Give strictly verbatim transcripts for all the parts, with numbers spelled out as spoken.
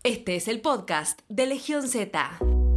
Este es el podcast de Legión Z.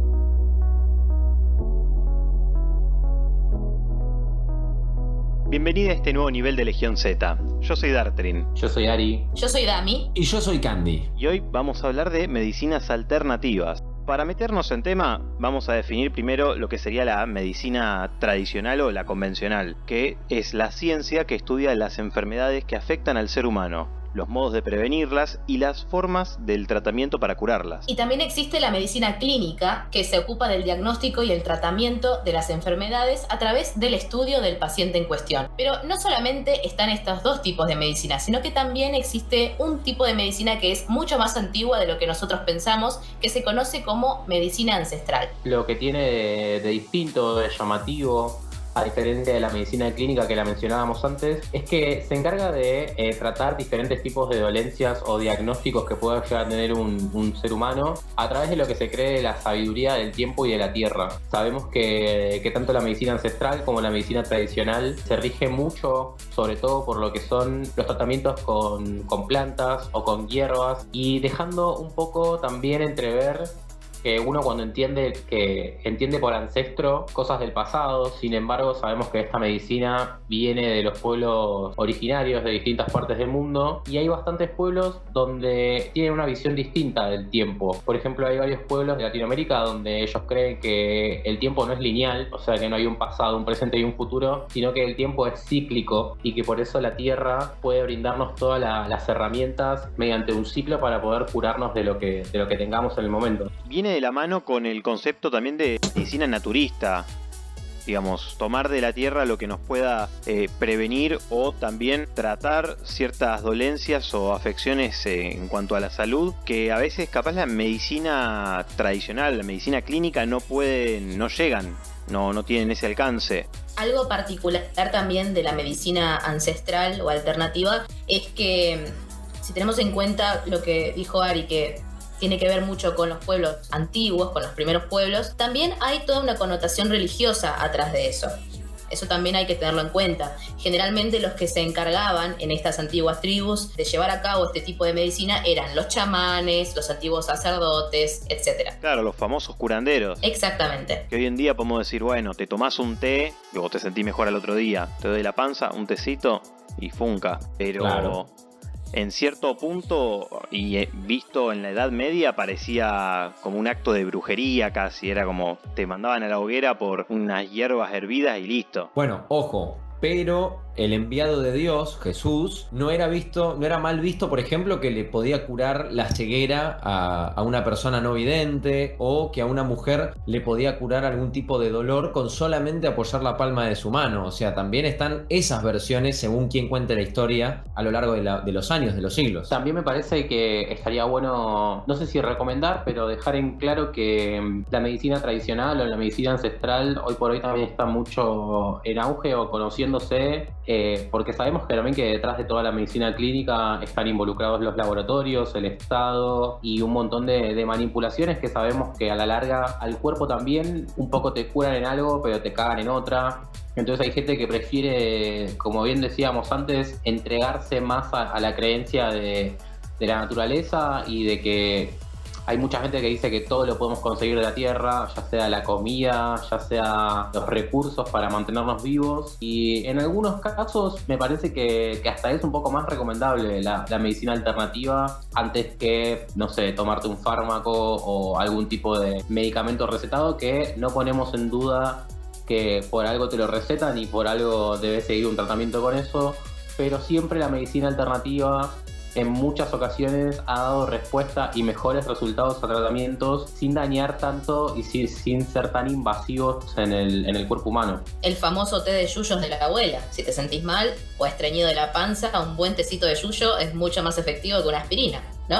Bienvenida a este nuevo nivel de Legión Z. Yo soy Dartrin. Yo soy Ari. Yo soy Dami. Y yo soy Candy. Y hoy vamos a hablar de medicinas alternativas. Para meternos en tema, vamos a definir primero lo que sería la medicina tradicional o la convencional, que es la ciencia que estudia las enfermedades que afectan al ser humano, los modos de prevenirlas y las formas del tratamiento para curarlas. Y también existe la medicina clínica, que se ocupa del diagnóstico y el tratamiento de las enfermedades a través del estudio del paciente en cuestión. Pero no solamente están estos dos tipos de medicina, sino que también existe un tipo de medicina que es mucho más antigua de lo que nosotros pensamos, que se conoce como medicina ancestral. Lo que tiene de, de distinto, de llamativo, a diferencia de la medicina clínica que la mencionábamos antes, es que se encarga de eh, tratar diferentes tipos de dolencias o diagnósticos que pueda llegar a tener un, un ser humano a través de lo que se cree de la sabiduría del tiempo y de la tierra. Sabemos que, que tanto la medicina ancestral como la medicina tradicional se rige mucho, sobre todo por lo que son los tratamientos con, con plantas o con hierbas, y dejando un poco también entrever que uno cuando entiende que entiende por ancestro cosas del pasado. Sin embargo, sabemos que esta medicina viene de los pueblos originarios de distintas partes del mundo, y hay bastantes pueblos donde tienen una visión distinta del tiempo. Por ejemplo, hay varios pueblos de Latinoamérica donde ellos creen que el tiempo no es lineal, o sea que no hay un pasado, un presente y un futuro, sino que el tiempo es cíclico y que por eso la Tierra puede brindarnos todas la, las herramientas mediante un ciclo para poder curarnos de lo que, de lo que tengamos en el momento. Viene de la mano con el concepto también de medicina naturista, digamos, tomar de la tierra lo que nos pueda eh, prevenir o también tratar ciertas dolencias o afecciones eh, en cuanto a la salud, que a veces capaz la medicina tradicional, la medicina clínica no pueden, no llegan, no, no tienen ese alcance. Algo particular también de la medicina ancestral o alternativa es que, si tenemos en cuenta lo que dijo Ari, que tiene que ver mucho con los pueblos antiguos, con los primeros pueblos, también hay toda una connotación religiosa atrás de eso. Eso también hay que tenerlo en cuenta. Generalmente los que se encargaban en estas antiguas tribus de llevar a cabo este tipo de medicina eran los chamanes, los antiguos sacerdotes, etcétera. Claro, los famosos curanderos. Exactamente. Que hoy en día podemos decir, bueno, te tomás un té, luego te sentís mejor al otro día, te doy la panza, un tecito y funca. Pero Claro. En cierto punto, y visto en la Edad Media, parecía como un acto de brujería casi. Era como te mandaban a la hoguera por unas hierbas hervidas y listo. Bueno, ojo, pero el enviado de Dios, Jesús, no era visto, no era mal visto, por ejemplo, que le podía curar la ceguera a, a una persona no vidente, o que a una mujer le podía curar algún tipo de dolor con solamente apoyar la palma de su mano. O sea, también están esas versiones según quien cuente la historia a lo largo de, la, de los años, de los siglos. También me parece que estaría bueno, no sé si recomendar, pero dejar en claro que la medicina tradicional o la medicina ancestral hoy por hoy también está mucho en auge o conociéndose, eh, porque sabemos que también que detrás de toda la medicina clínica están involucrados los laboratorios, el Estado y un montón de, de manipulaciones que sabemos que a la larga al cuerpo también un poco te curan en algo pero te cagan en otra. Entonces hay gente que prefiere, como bien decíamos antes, entregarse más a, a la creencia de, de la naturaleza, y de que hay mucha gente que dice que todo lo podemos conseguir de la tierra, ya sea la comida, ya sea los recursos para mantenernos vivos, y en algunos casos me parece que, que hasta es un poco más recomendable la, la medicina alternativa antes que, no sé, tomarte un fármaco o algún tipo de medicamento recetado, que no ponemos en duda que por algo te lo recetan y por algo debes seguir un tratamiento con eso, pero siempre la medicina alternativa en muchas ocasiones ha dado respuesta y mejores resultados a tratamientos sin dañar tanto y sin, sin ser tan invasivos en el, en el cuerpo humano. El famoso té de yuyos de la abuela. Si te sentís mal o estreñido de la panza, un buen tecito de yuyo es mucho más efectivo que una aspirina, ¿no?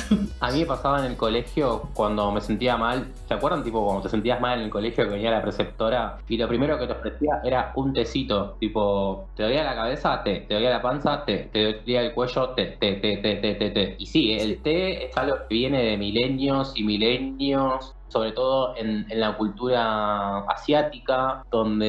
A mí me pasaba en el colegio cuando me sentía mal. ¿Se acuerdan? Tipo, cuando te sentías mal en el colegio, que venía la preceptora y lo primero que te ofrecía era un tecito. Tipo, te dolía la cabeza, té. Te dolía la panza, té. Te dolía el cuello, té, té, té, té, té, té, té. Y sí, el té es algo que viene de milenios y milenios, sobre todo en, en la cultura asiática,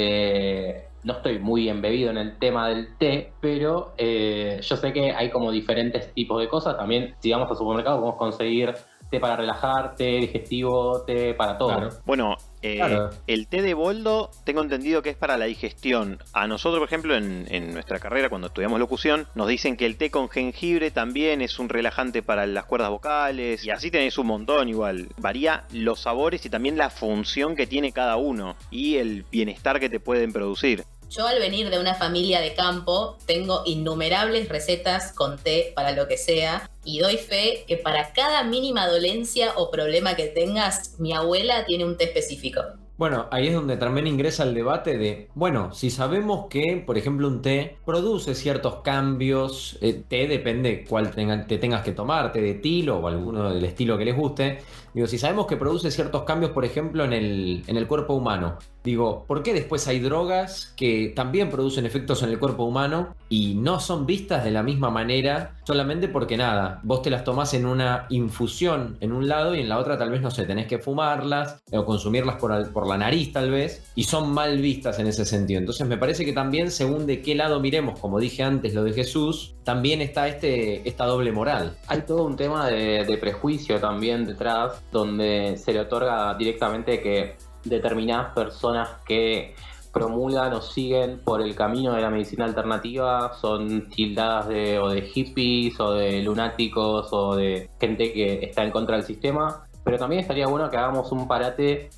donde no estoy muy embebido en el tema del té, pero eh, yo sé que hay como diferentes tipos de cosas. También, si vamos al supermercado, podemos conseguir té para relajarte, digestivo, té para todo. Claro. Bueno, eh, Claro. el té de boldo tengo entendido que es para la digestión. A nosotros, por ejemplo, en, en nuestra carrera, cuando estudiamos locución, nos dicen que el té con jengibre también es un relajante para las cuerdas vocales. Y así tenés un montón igual. Varía los sabores y también la función que tiene cada uno y el bienestar que te pueden producir. Yo, al venir de una familia de campo, tengo innumerables recetas con té para lo que sea, y doy fe que para cada mínima dolencia o problema que tengas, mi abuela tiene un té específico. Bueno, ahí es donde también ingresa el debate de, bueno, si sabemos que, por ejemplo, un té produce ciertos cambios, eh, té depende cuál tenga, te tengas que tomar, té de tilo o alguno del estilo que les guste. Digo, si sabemos que produce ciertos cambios, por ejemplo, en el, en el cuerpo humano, digo, ¿por qué después hay drogas que también producen efectos en el cuerpo humano y no son vistas de la misma manera solamente porque nada, vos te las tomás en una infusión en un lado y en la otra tal vez, no sé, tenés que fumarlas o consumirlas por, al- por la nariz tal vez, y son mal vistas en ese sentido? Entonces me parece que también, según de qué lado miremos, como dije antes lo de Jesús, también está este, esta doble moral. Hay todo un tema de, de prejuicio también detrás, donde se le otorga directamente que determinadas personas que promulgan o siguen por el camino de la medicina alternativa son tildadas de o de hippies o de lunáticos o de gente que está en contra del sistema. Pero también estaría bueno que hagamos un parate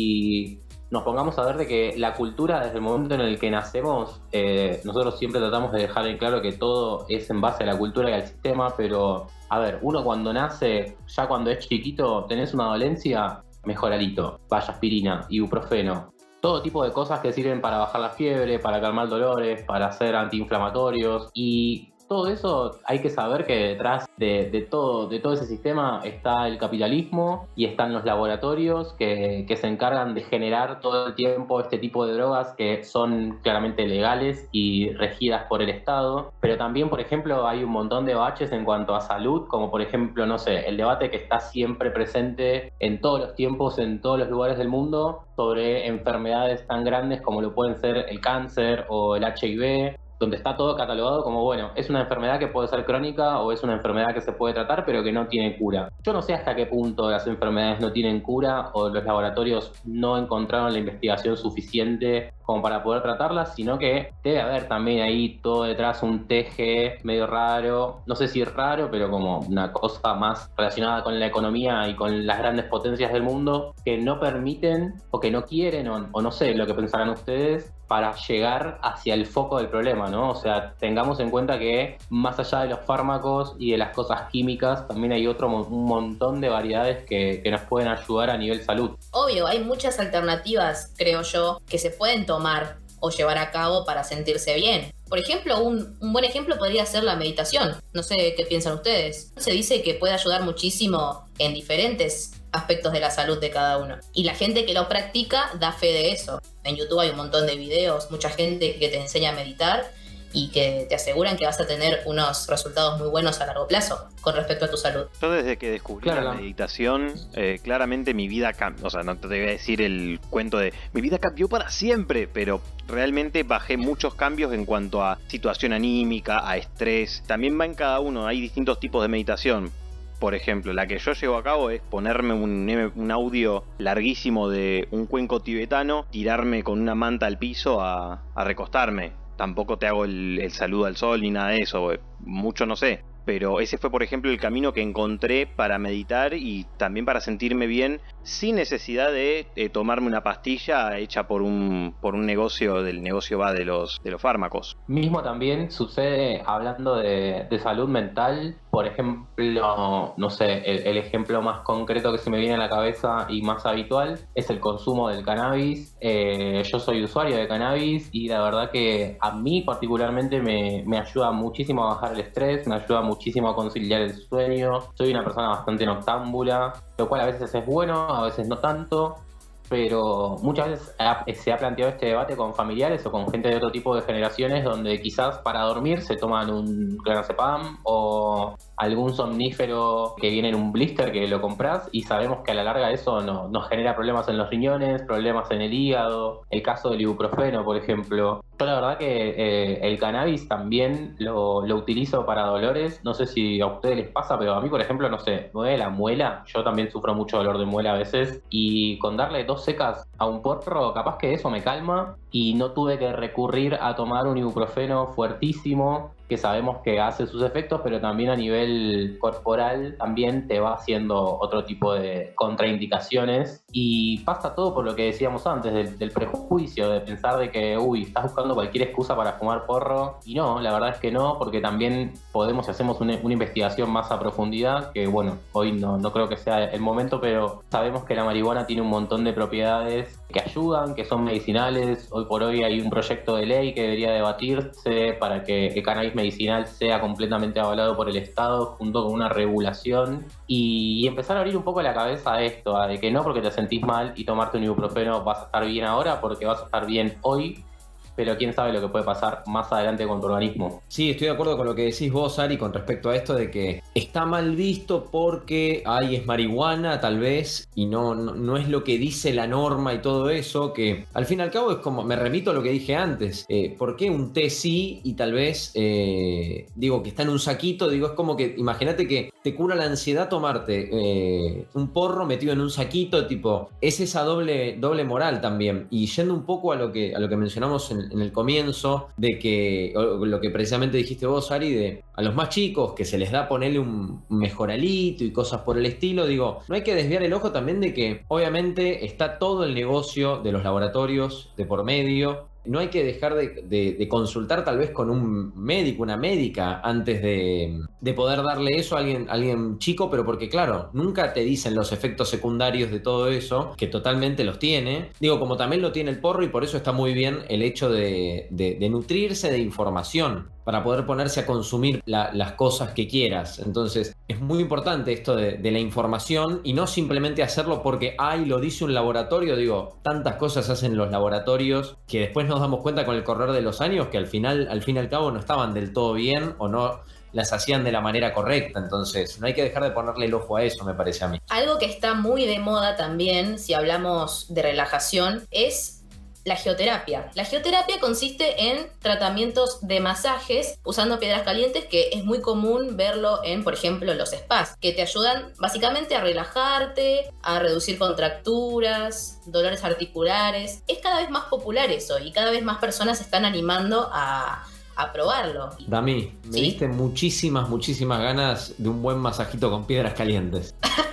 y nos pongamos a ver de que la cultura, desde el momento en el que nacemos, eh, nosotros siempre tratamos de dejar en claro que todo es en base a la cultura y al sistema, pero a ver, uno cuando nace, ya cuando es chiquito, tenés una dolencia, mejoralito, vaya aspirina, ibuprofeno, todo tipo de cosas que sirven para bajar la fiebre, para calmar dolores, para ser antiinflamatorios, y todo eso hay que saber que detrás de, de, todo, de todo ese sistema está el capitalismo y están los laboratorios que, que se encargan de generar todo el tiempo este tipo de drogas que son claramente legales y regidas por el Estado. Pero también, por ejemplo, hay un montón de baches en cuanto a salud, como por ejemplo, no sé, el debate que está siempre presente en todos los tiempos, en todos los lugares del mundo, sobre enfermedades tan grandes como lo pueden ser el cáncer o el H I V, donde está todo catalogado como, bueno, es una enfermedad que puede ser crónica o es una enfermedad que se puede tratar pero que no tiene cura. Yo no sé hasta qué punto las enfermedades no tienen cura o los laboratorios no encontraron la investigación suficiente como para poder tratarlas, sino que debe haber también ahí todo detrás un teje medio raro, no sé si raro, pero como una cosa más relacionada con la economía y con las grandes potencias del mundo que no permiten o que no quieren o, o no sé lo que pensarán ustedes para llegar hacia el foco del problema, ¿no? O sea, tengamos en cuenta que más allá de los fármacos y de las cosas químicas, también hay otro mo- un montón de variedades que, que nos pueden ayudar a nivel salud. Obvio, hay muchas alternativas, creo yo, que se pueden tomar o llevar a cabo para sentirse bien. Por ejemplo, un, un buen ejemplo podría ser la meditación. No sé qué piensan ustedes. Se dice que puede ayudar muchísimo en diferentes aspectos de la salud de cada uno. Y la gente que lo practica da fe de eso. En YouTube hay un montón de videos, mucha gente que te enseña a meditar y que te aseguran que vas a tener unos resultados muy buenos a largo plazo con respecto a tu salud. Yo desde que descubrí Claro, la la- meditación, eh, claramente mi vida cambió. O sea, no te voy a decir el cuento de mi vida cambió para siempre, pero realmente bajé muchos cambios en cuanto a situación anímica, a estrés. También va en cada uno, hay distintos tipos de meditación. Por ejemplo, la que yo llevo a cabo es ponerme un, M- un audio larguísimo de un cuenco tibetano, tirarme con una manta al piso a, a recostarme. Tampoco te hago el, el saludo al sol ni nada de eso, eh, mucho no sé. Pero ese fue, por ejemplo, el camino que encontré para meditar y también para sentirme bien sin necesidad de eh, tomarme una pastilla hecha por un, por un negocio, del negocio va de los, de los fármacos. Mismo también sucede hablando de, de salud mental, por ejemplo, no sé, el, el ejemplo más concreto que se me viene a la cabeza y más habitual es el consumo del cannabis. Eh, yo soy usuario de cannabis y la verdad que a mí particularmente me, me ayuda muchísimo a bajar el estrés, me ayuda muchísimo a conciliar el sueño. Soy una persona bastante noctámbula, lo cual a veces es bueno, a veces no tanto. pero muchas veces ha, se ha planteado este debate con familiares o con gente de otro tipo de generaciones donde quizás para dormir se toman un clonazepam o algún somnífero que viene en un blister que lo compras y sabemos que a la larga eso no, nos genera problemas en los riñones, problemas en el hígado, el caso del ibuprofeno, por ejemplo. Yo la verdad que eh, el cannabis también lo, lo utilizo para dolores, no sé si a ustedes les pasa, pero a mí, por ejemplo, no sé, me duele la muela, yo también sufro mucho dolor de muela a veces, y con darle dos secas a un porro, capaz que eso me calma y no tuve que recurrir a tomar un ibuprofeno fuertísimo, que sabemos que hace sus efectos, pero también a nivel corporal también te va haciendo otro tipo de contraindicaciones. Y pasa todo por lo que decíamos antes, del, del prejuicio, de pensar de que, uy, estás buscando cualquier excusa para fumar porro. Y no, la verdad es que no, porque también podemos y hacemos una, una investigación más a profundidad, que bueno, hoy no, no creo que sea el momento, pero sabemos que la marihuana tiene un montón de propiedades que ayudan, que son medicinales. Hoy por hoy hay un proyecto de ley que debería debatirse para que el cannabis medicinal sea completamente avalado por el Estado junto con una regulación y, y empezar a abrir un poco la cabeza a esto, a de que no porque te sentís mal y tomarte un ibuprofeno vas a estar bien ahora, porque vas a estar bien hoy, pero quién sabe lo que puede pasar más adelante con tu organismo. Sí, estoy de acuerdo con lo que decís vos, Ari, con respecto a esto de que está mal visto porque ahí es marihuana, tal vez, y no, no, no es lo que dice la norma y todo eso, que al fin y al cabo es como, me remito a lo que dije antes, eh, ¿por qué un té sí y tal vez, eh, digo, que está en un saquito? Digo, es como que, imagínate que te cura la ansiedad tomarte eh, un porro metido en un saquito, tipo, es esa doble, doble moral también. Y yendo un poco a lo que, a lo que mencionamos en en el comienzo, de que, o lo que precisamente dijiste vos, Ari, de a los más chicos que se les da ponerle un mejoralito y cosas por el estilo, digo, no hay que desviar el ojo también de que obviamente está todo el negocio de los laboratorios de por medio. No hay que dejar de, de, de consultar tal vez con un médico, una médica, antes de, de poder darle eso a alguien, a alguien chico, pero porque claro, nunca te dicen los efectos secundarios de todo eso, que totalmente los tiene. Digo, como también lo tiene el porro, y por eso está muy bien el hecho de, de, de nutrirse de información para poder ponerse a consumir la, las cosas que quieras. Entonces, es muy importante esto de, de la información y no simplemente hacerlo porque, ay, lo dice un laboratorio. Digo, tantas cosas hacen los laboratorios que después nos damos cuenta con el correr de los años que al final, al fin y al cabo, no estaban del todo bien o no las hacían de la manera correcta. Entonces, no hay que dejar de ponerle el ojo a eso, me parece a mí. Algo que está muy de moda también, si hablamos de relajación, es la geoterapia. La geoterapia consiste en tratamientos de masajes usando piedras calientes, que es muy común verlo en, por ejemplo, los spas, que te ayudan básicamente a relajarte, a reducir contracturas, dolores articulares. Es cada vez más popular eso y cada vez más personas se están animando a, a probarlo. Dami, me ¿Sí? diste muchísimas, muchísimas ganas de un buen masajito con piedras calientes.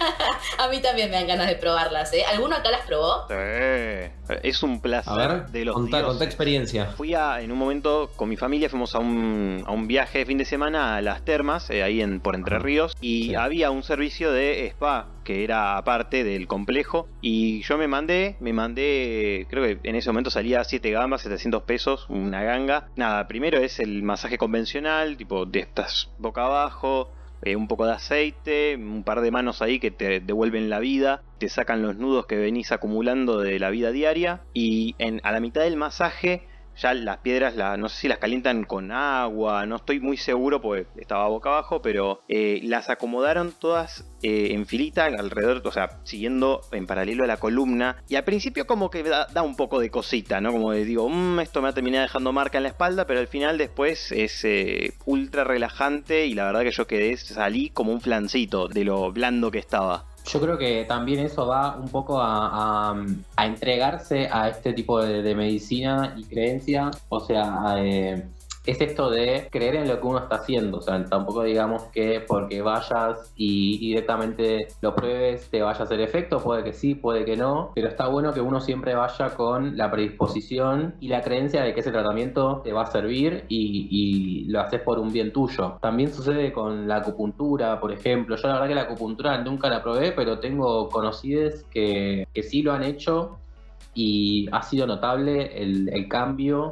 A mí también me dan ganas de probarlas, ¿eh? ¿Alguno acá las probó? Sí. Es un placer. A ver, de los contá, dioses. contá experiencia. Fui a, en un momento con mi familia, fuimos a un, a un viaje de fin de semana a las termas, eh, ahí en, por Entre Ríos, y Sí. había un servicio de spa que era aparte del complejo, y yo me mandé, me mandé, creo que en ese momento salía siete gambas, setecientos pesos, una ganga. Nada, primero es el masaje convencional, tipo de estas boca abajo, Eh, un poco de aceite, un par de manos ahí que te devuelven la vida, te sacan los nudos que venís acumulando de la vida diaria, y en, a la mitad del masaje ya las piedras, la, no sé si las calientan con agua, no estoy muy seguro porque estaba boca abajo, pero eh, las acomodaron todas eh, en filita alrededor, o sea, siguiendo en paralelo a la columna, y al principio como que da, da un poco de cosita, ¿no? Como de digo, mmm, esto me ha terminado dejando marca en la espalda, pero al final después es eh, ultra relajante, y la verdad que yo quedé, salí como un flancito de lo blando que estaba. Yo creo que también eso va un poco a, a, a entregarse a este tipo de, de medicina y creencia. O sea, eh, es esto de creer en lo que uno está haciendo. O sea, tampoco digamos que porque vayas y directamente lo pruebes te vaya a hacer efecto. Puede que sí, puede que no. Pero está bueno que uno siempre vaya con la predisposición y la creencia de que ese tratamiento te va a servir y, y lo haces por un bien tuyo. También sucede con la acupuntura, por ejemplo. Yo la verdad que la acupuntura nunca la probé, pero tengo conocidos que, que sí lo han hecho y ha sido notable el, el cambio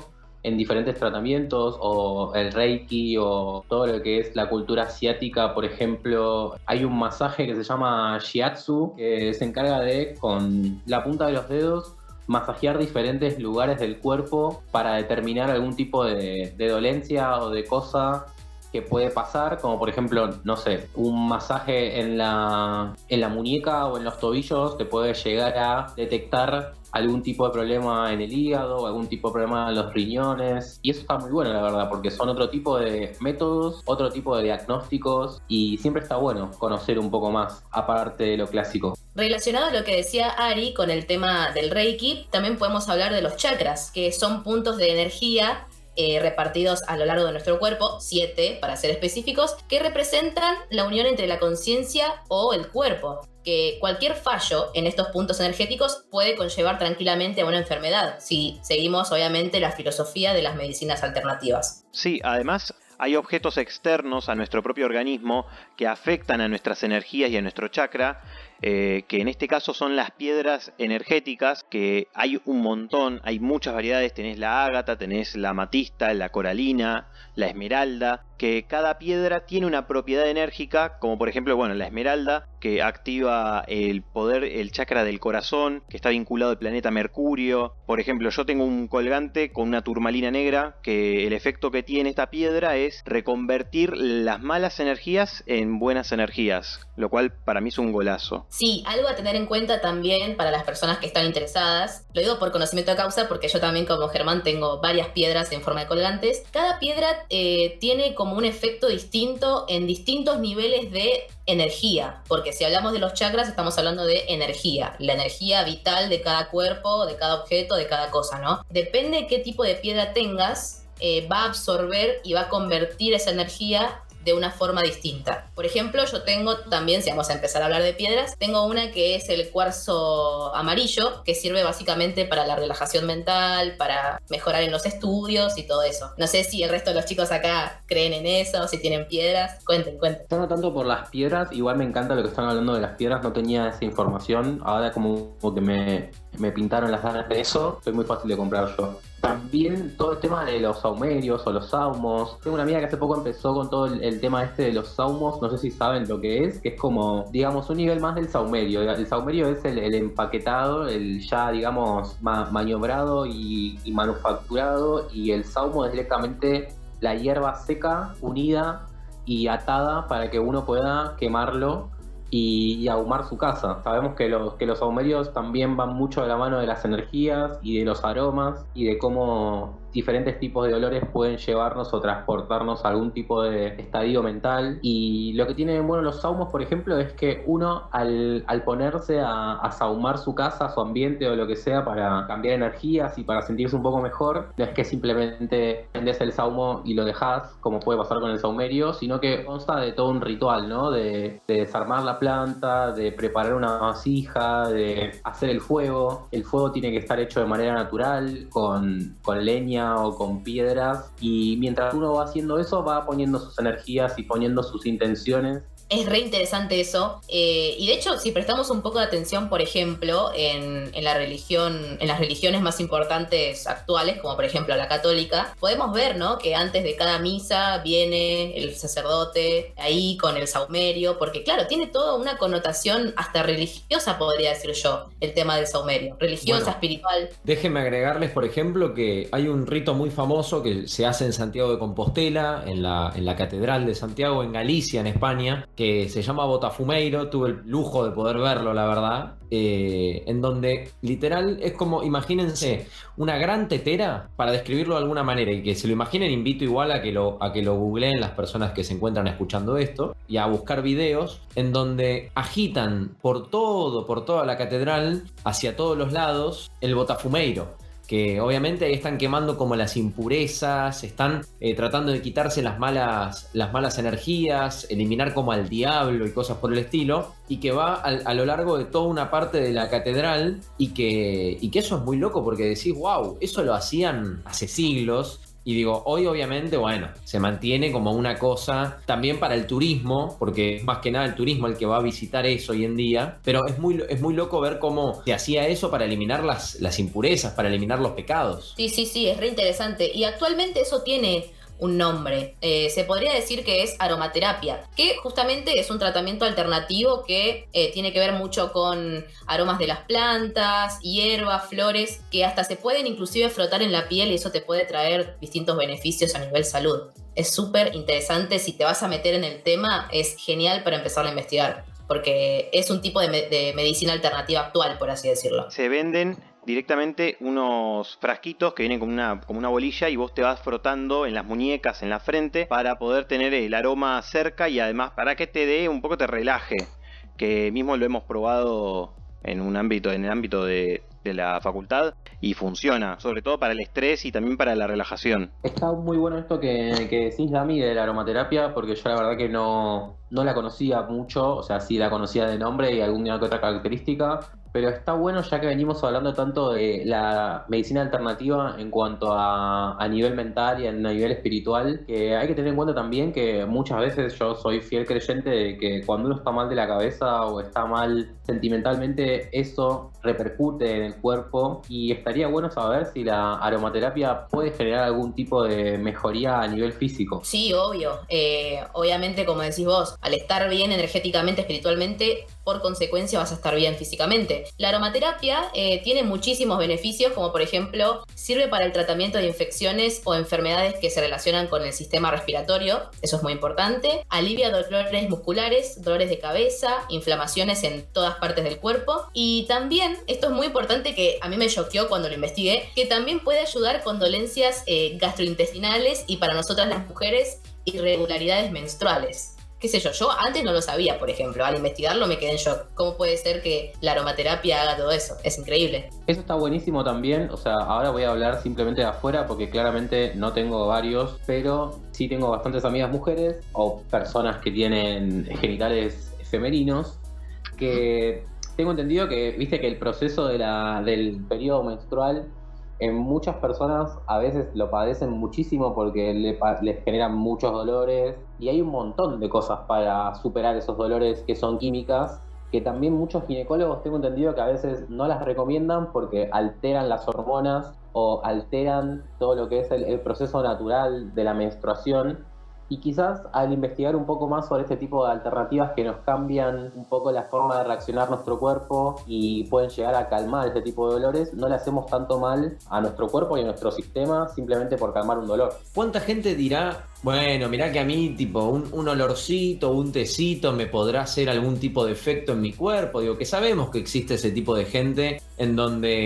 en diferentes tratamientos, o el Reiki, o todo lo que es la cultura asiática. Por ejemplo, hay un masaje que se llama Shiatsu, que se encarga de, con la punta de los dedos, masajear diferentes lugares del cuerpo para determinar algún tipo de, de dolencia o de cosa que puede pasar, como por ejemplo, no sé, un masaje en la, en la muñeca o en los tobillos te puede llegar a detectar algún tipo de problema en el hígado, algún tipo de problema en los riñones, y eso está muy bueno, la verdad, porque son otro tipo de métodos, otro tipo de diagnósticos, y siempre está bueno conocer un poco más, aparte de lo clásico. Relacionado a lo que decía Ari con el tema del Reiki, también podemos hablar de los chakras, que son puntos de energía Eh, repartidos a lo largo de nuestro cuerpo, siete para ser específicos, que representan la unión entre la conciencia o el cuerpo, que cualquier fallo en estos puntos energéticos puede conllevar tranquilamente a una enfermedad, si seguimos obviamente la filosofía de las medicinas alternativas. Sí, además hay objetos externos a nuestro propio organismo que afectan a nuestras energías y a nuestro chakra, eh, que en este caso son las piedras energéticas, que hay un montón, hay muchas variedades, tenés la ágata, tenés la amatista, la coralina, la esmeralda, que cada piedra tiene una propiedad enérgica, como por ejemplo, bueno, la esmeralda, que activa el poder, el chakra del corazón, que está vinculado al planeta Mercurio. Por ejemplo, yo tengo un colgante con una turmalina negra, que el efecto que tiene esta piedra es reconvertir las malas energías en buenas energías, lo cual para mí es un golazo. Sí, algo a tener en cuenta también para las personas que están interesadas, lo digo por conocimiento de causa porque yo también como Germán tengo varias piedras en forma de colgantes. Cada piedra eh, tiene como un efecto distinto en distintos niveles de energía, porque si hablamos de los chakras estamos hablando de energía, la energía vital de cada cuerpo, de cada objeto, de cada cosa, ¿no? Depende de qué tipo de piedra tengas, eh, va a absorber y va a convertir esa energía de una forma distinta. Por ejemplo, yo tengo también, si vamos a empezar a hablar de piedras, tengo una que es el cuarzo amarillo, que sirve básicamente para la relajación mental, para mejorar en los estudios y todo eso. No sé si el resto de los chicos acá creen en eso, si tienen piedras. Cuenten, cuenten. No tanto por las piedras, igual me encanta lo que están hablando de las piedras, no tenía esa información, ahora como, como que me, me pintaron las ganas de eso, soy muy fácil de comprar yo. También todo el tema de los saumerios o los saumos. Tengo una amiga que hace poco empezó con todo el, el tema este de los saumos, no sé si saben lo que es, que es como, digamos, un nivel más del saumerio. El saumerio es el, el empaquetado, el ya, digamos, ma- maniobrado y, y manufacturado, y el saumo es directamente la hierba seca, unida y atada para que uno pueda quemarlo y, y ahumar su casa. Sabemos que los, que los saumerios también van mucho de la mano de las energías y de los aromas y de cómo diferentes tipos de olores pueden llevarnos o transportarnos a algún tipo de estadio mental. Y lo que tienen bueno los saumos, por ejemplo, es que uno al, al ponerse a, a saumar su casa, su ambiente o lo que sea para cambiar energías y para sentirse un poco mejor, no es que simplemente prendes el saumo y lo dejás, como puede pasar con el saumerio, sino que consta de todo un ritual, ¿no? De, de desarmar la planta, de preparar una vasija, de hacer el fuego. El fuego tiene que estar hecho de manera natural, con, con leña o con piedras, y mientras uno va haciendo eso va poniendo sus energías y poniendo sus intenciones. Es re interesante eso, eh, y de hecho si prestamos un poco de atención, por ejemplo, en, en la religión, en las religiones más importantes actuales, como por ejemplo la católica, podemos ver, ¿no?, que antes de cada misa viene el sacerdote ahí con el saumerio, porque claro, tiene toda una connotación hasta religiosa, podría decir yo, el tema del saumerio, religiosa, bueno, espiritual. Déjenme agregarles, por ejemplo, que hay un rito muy famoso que se hace en Santiago de Compostela, en la, en la Catedral de Santiago, en Galicia, en España, que se llama Botafumeiro. Tuve el lujo de poder verlo, la verdad, eh, en donde literal es como, imagínense, una gran tetera, para describirlo de alguna manera, y que se lo imaginen, invito igual a que lo, a que lo googleen las personas que se encuentran escuchando esto, y a buscar videos, en donde agitan por todo, por toda la catedral, hacia todos los lados, el Botafumeiro. Que obviamente ahí están quemando como las impurezas, están eh, tratando de quitarse las malas, las malas energías, eliminar como al diablo y cosas por el estilo, y que va a, a lo largo de toda una parte de la catedral, y que, y que eso es muy loco porque decís, wow, eso lo hacían hace siglos, Y digo, hoy obviamente, bueno, se mantiene como una cosa también para el turismo, porque es más que nada el turismo el que va a visitar eso hoy en día, pero es muy, es muy loco ver cómo se hacía eso para eliminar las, las impurezas, para eliminar los pecados. Sí, sí, sí, es re interesante. Y actualmente eso tiene un nombre. Eh, se podría decir que es aromaterapia, que justamente es un tratamiento alternativo que eh, tiene que ver mucho con aromas de las plantas, hierbas, flores, que hasta se pueden inclusive frotar en la piel y eso te puede traer distintos beneficios a nivel salud. Es súper interesante, si te vas a meter en el tema, es genial para empezar a investigar, porque es un tipo de, me- de medicina alternativa actual, por así decirlo. Se venden directamente unos frasquitos que vienen como una, como una bolilla y vos te vas frotando en las muñecas, en la frente, para poder tener el aroma cerca y además para que te dé un poco, te relaje, que mismo lo hemos probado en un ámbito, en el ámbito de, de la facultad y funciona, sobre todo para el estrés y también para la relajación. Está muy bueno esto que, que decís, Dami, de la aromaterapia, porque yo la verdad que no, no la conocía mucho, o sea, sí la conocía de nombre y alguna que otra característica, pero está bueno ya que venimos hablando tanto de la medicina alternativa en cuanto a, a nivel mental y a nivel espiritual, que hay que tener en cuenta también que muchas veces yo soy fiel creyente de que cuando uno está mal de la cabeza o está mal sentimentalmente, eso repercute en el cuerpo y estaría bueno saber si la aromaterapia puede generar algún tipo de mejoría a nivel físico. Sí, obvio. Eh, obviamente, como decís vos, al estar bien energéticamente, espiritualmente, por consecuencia vas a estar bien físicamente. La aromaterapia eh, tiene muchísimos beneficios, como por ejemplo, sirve para el tratamiento de infecciones o enfermedades que se relacionan con el sistema respiratorio, eso es muy importante. Alivia dolores musculares, dolores de cabeza, inflamaciones en todas partes del cuerpo. Y también, esto es muy importante que a mí me choqueó cuando lo investigué, que también puede ayudar con dolencias eh, gastrointestinales y para nosotras las mujeres, irregularidades menstruales. Qué sé yo, yo antes no lo sabía, por ejemplo, al investigarlo me quedé en shock. ¿Cómo puede ser que la aromaterapia haga todo eso? Es increíble. Eso está buenísimo también, o sea, ahora voy a hablar simplemente de afuera porque claramente no tengo varios, pero sí tengo bastantes amigas mujeres o personas que tienen genitales femeninos, que tengo entendido que, viste que el proceso de la, del periodo menstrual en muchas personas a veces lo padecen muchísimo porque le, les generan muchos dolores y hay un montón de cosas para superar esos dolores que son químicas, que también muchos ginecólogos tengo entendido que a veces no las recomiendan porque alteran las hormonas o alteran todo lo que es el, el proceso natural de la menstruación. Y quizás al investigar un poco más sobre este tipo de alternativas que nos cambian un poco la forma de reaccionar nuestro cuerpo y pueden llegar a calmar este tipo de dolores, no le hacemos tanto mal a nuestro cuerpo y a nuestro sistema simplemente por calmar un dolor. ¿Cuánta gente dirá, bueno, mirá que a mí tipo un, un olorcito, un tecito me podrá hacer algún tipo de efecto en mi cuerpo? Digo, que sabemos que existe ese tipo de gente en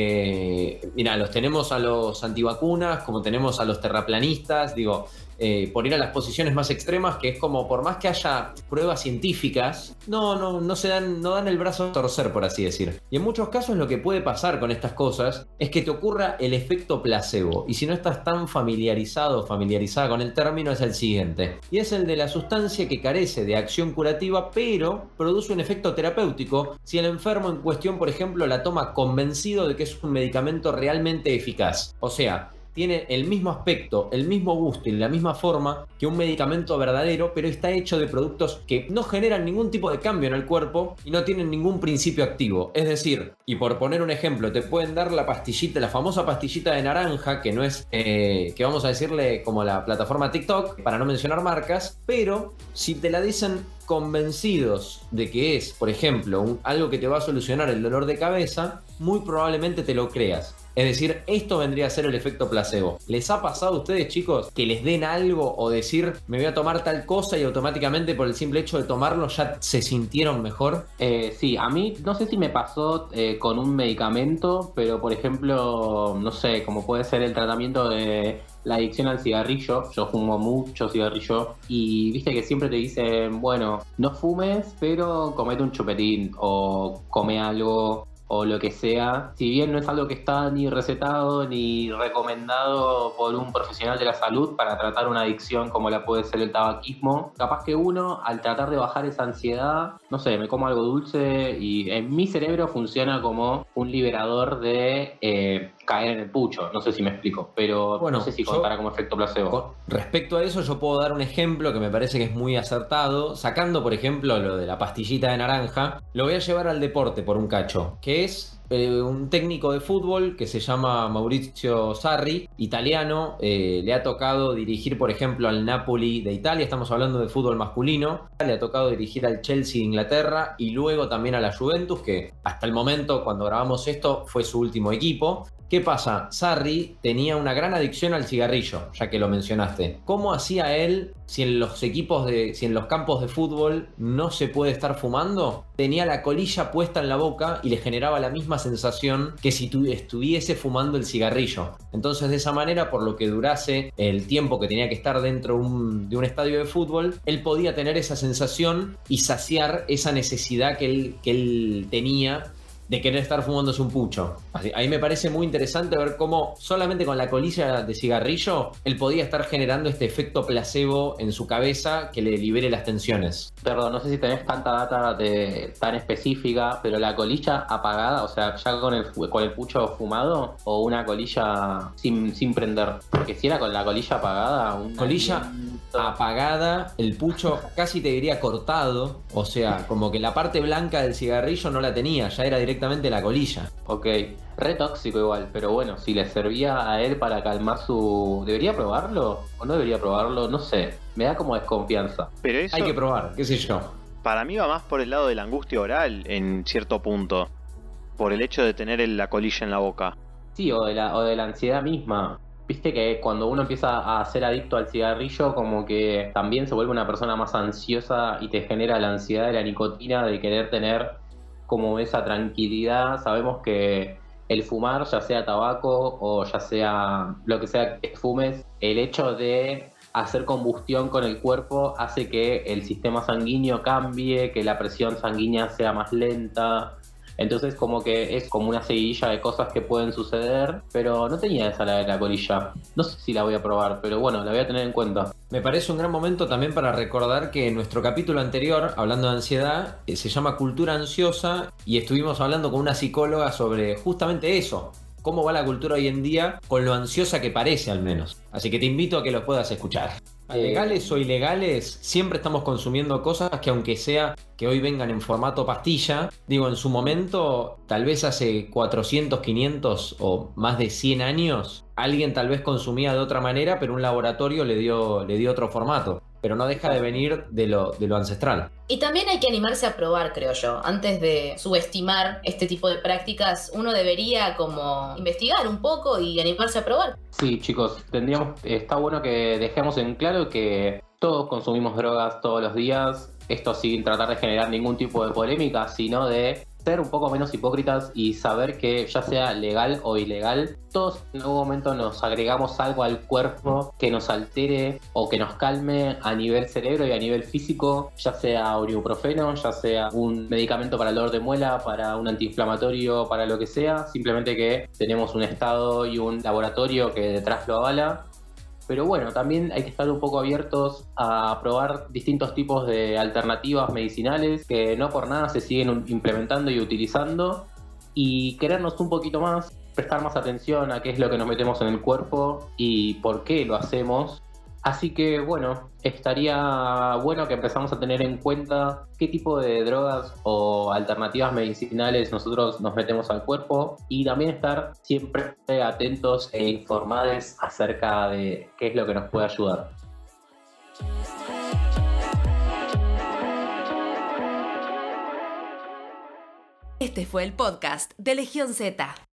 donde, mirá, los tenemos a los antivacunas, como tenemos a los terraplanistas, digo... Eh, por ir a las posiciones más extremas, que es como por más que haya pruebas científicas, no, no, no se dan, no dan el brazo a torcer, por así decir. Y en muchos casos lo que puede pasar con estas cosas es que te ocurra el efecto placebo. Y si no estás tan familiarizado o familiarizada con el término, es el siguiente. Y es el de la sustancia que carece de acción curativa, pero produce un efecto terapéutico si el enfermo en cuestión, por ejemplo, la toma convencido de que es un medicamento realmente eficaz. O sea, tiene el mismo aspecto, el mismo gusto y la misma forma que un medicamento verdadero, pero está hecho de productos que no generan ningún tipo de cambio en el cuerpo y no tienen ningún principio activo. Es decir, y por poner un ejemplo, te pueden dar la pastillita, la famosa pastillita de naranja, que no es, eh, que vamos a decirle como la plataforma TikTok, para no mencionar marcas, pero si te la dicen convencidos de que es, por ejemplo, un, algo que te va a solucionar el dolor de cabeza, muy probablemente te lo creas. Es decir, esto vendría a ser el efecto placebo. ¿Les ha pasado a ustedes, chicos, que les den algo o decir me voy a tomar tal cosa y automáticamente por el simple hecho de tomarlo ya se sintieron mejor? Eh, sí, a mí no sé si me pasó eh, con un medicamento, pero por ejemplo, no sé, como puede ser el tratamiento de la adicción al cigarrillo. Yo fumo mucho cigarrillo y viste que siempre te dicen, bueno, no fumes, pero comete un chupetín o come algo o lo que sea, si bien no es algo que está ni recetado ni recomendado por un profesional de la salud para tratar una adicción como la puede ser el tabaquismo, capaz que uno al tratar de bajar esa ansiedad, no sé, me como algo dulce y en mi cerebro funciona como un liberador de eh, caer en el pucho. No sé si me explico, pero bueno, no sé si yo, contará como efecto placebo. Con respecto a eso, yo puedo dar un ejemplo que me parece que es muy acertado. Sacando, por ejemplo, lo de la pastillita de naranja, lo voy a llevar al deporte por un cacho, que es eh, un técnico de fútbol que se llama Maurizio Sarri, italiano. Eh, le ha tocado dirigir, por ejemplo, al Napoli de Italia. Estamos hablando de fútbol masculino. Le ha tocado dirigir al Chelsea de Inglaterra y luego también a la Juventus, que hasta el momento, cuando grabamos esto, fue su último equipo. ¿Qué pasa? Sarri tenía una gran adicción al cigarrillo, ya que lo mencionaste. ¿Cómo hacía él si en los equipos de, si en los campos de fútbol no se puede estar fumando? Tenía la colilla puesta en la boca y le generaba la misma sensación que si tu, estuviese fumando el cigarrillo. Entonces, de esa manera, por lo que durase el tiempo que tenía que estar dentro un, de un estadio de fútbol, él podía tener esa sensación y saciar esa necesidad que él, que él tenía de querer estar fumándose un pucho. Así, ahí me parece muy interesante ver cómo solamente con la colilla de cigarrillo él podía estar generando este efecto placebo en su cabeza que le libere las tensiones. Perdón, no sé si tenés tanta data de, tan específica, pero la colilla apagada, o sea, ya con el, con el pucho fumado, o una colilla sin, sin prender. Porque si era con la colilla apagada, una colilla aliento... apagada, el pucho casi te diría cortado, o sea, como que la parte blanca del cigarrillo no la tenía, ya era directamente la colilla. Ok, re tóxico igual, pero bueno, si le servía a él para calmar su... ¿Debería probarlo? ¿O no debería probarlo? No sé, me da como desconfianza. Pero eso, hay que probar, qué sé yo. Para mí va más por el lado de la angustia oral en cierto punto, por el hecho de tener la colilla en la boca. Sí, o de la, o de la ansiedad misma. Viste que cuando uno empieza a ser adicto al cigarrillo, como que también se vuelve una persona más ansiosa y te genera la ansiedad de la nicotina, de querer tener como esa tranquilidad. Sabemos que el fumar, ya sea tabaco o ya sea lo que sea que fumes, el hecho de hacer combustión con el cuerpo hace que el sistema sanguíneo cambie, que la presión sanguínea sea más lenta. Entonces como que es como una seguidilla de cosas que pueden suceder, pero no tenía esa la de la colilla. No sé si la voy a probar, pero bueno, la voy a tener en cuenta. Me parece un gran momento también para recordar que en nuestro capítulo anterior, hablando de ansiedad, eh, se llama Cultura Ansiosa y estuvimos hablando con una psicóloga sobre justamente eso. Cómo va la cultura hoy en día con lo ansiosa que parece, al menos. Así que te invito a que lo puedas escuchar. Legales o ilegales, siempre estamos consumiendo cosas que, aunque sea que hoy vengan en formato pastilla, digo, en su momento, tal vez hace cuatrocientos, quinientos o más de cien años, alguien tal vez consumía de otra manera, pero un laboratorio le dio, le dio otro formato. Pero no deja de venir de lo, de lo ancestral. Y también hay que animarse a probar, creo yo. Antes de subestimar este tipo de prácticas, uno debería como investigar un poco y animarse a probar. Sí, chicos, tendríamos, está bueno que dejemos en claro que todos consumimos drogas todos los días. Esto sin tratar de generar ningún tipo de polémica, sino de ser un poco menos hipócritas y saber que, ya sea legal o ilegal, todos en algún momento nos agregamos algo al cuerpo que nos altere o que nos calme a nivel cerebro y a nivel físico, ya sea un ibuprofeno, ya sea un medicamento para el dolor de muela, para un antiinflamatorio, para lo que sea, simplemente que tenemos un estado y un laboratorio que detrás lo avala. Pero bueno, también hay que estar un poco abiertos a probar distintos tipos de alternativas medicinales que no por nada se siguen implementando y utilizando, y querernos un poquito más, prestar más atención a qué es lo que nos metemos en el cuerpo y por qué lo hacemos. Así que bueno, estaría bueno que empezamos a tener en cuenta qué tipo de drogas o alternativas medicinales nosotros nos metemos al cuerpo, y también estar siempre atentos e informados acerca de qué es lo que nos puede ayudar. Este fue el podcast de Legión Z.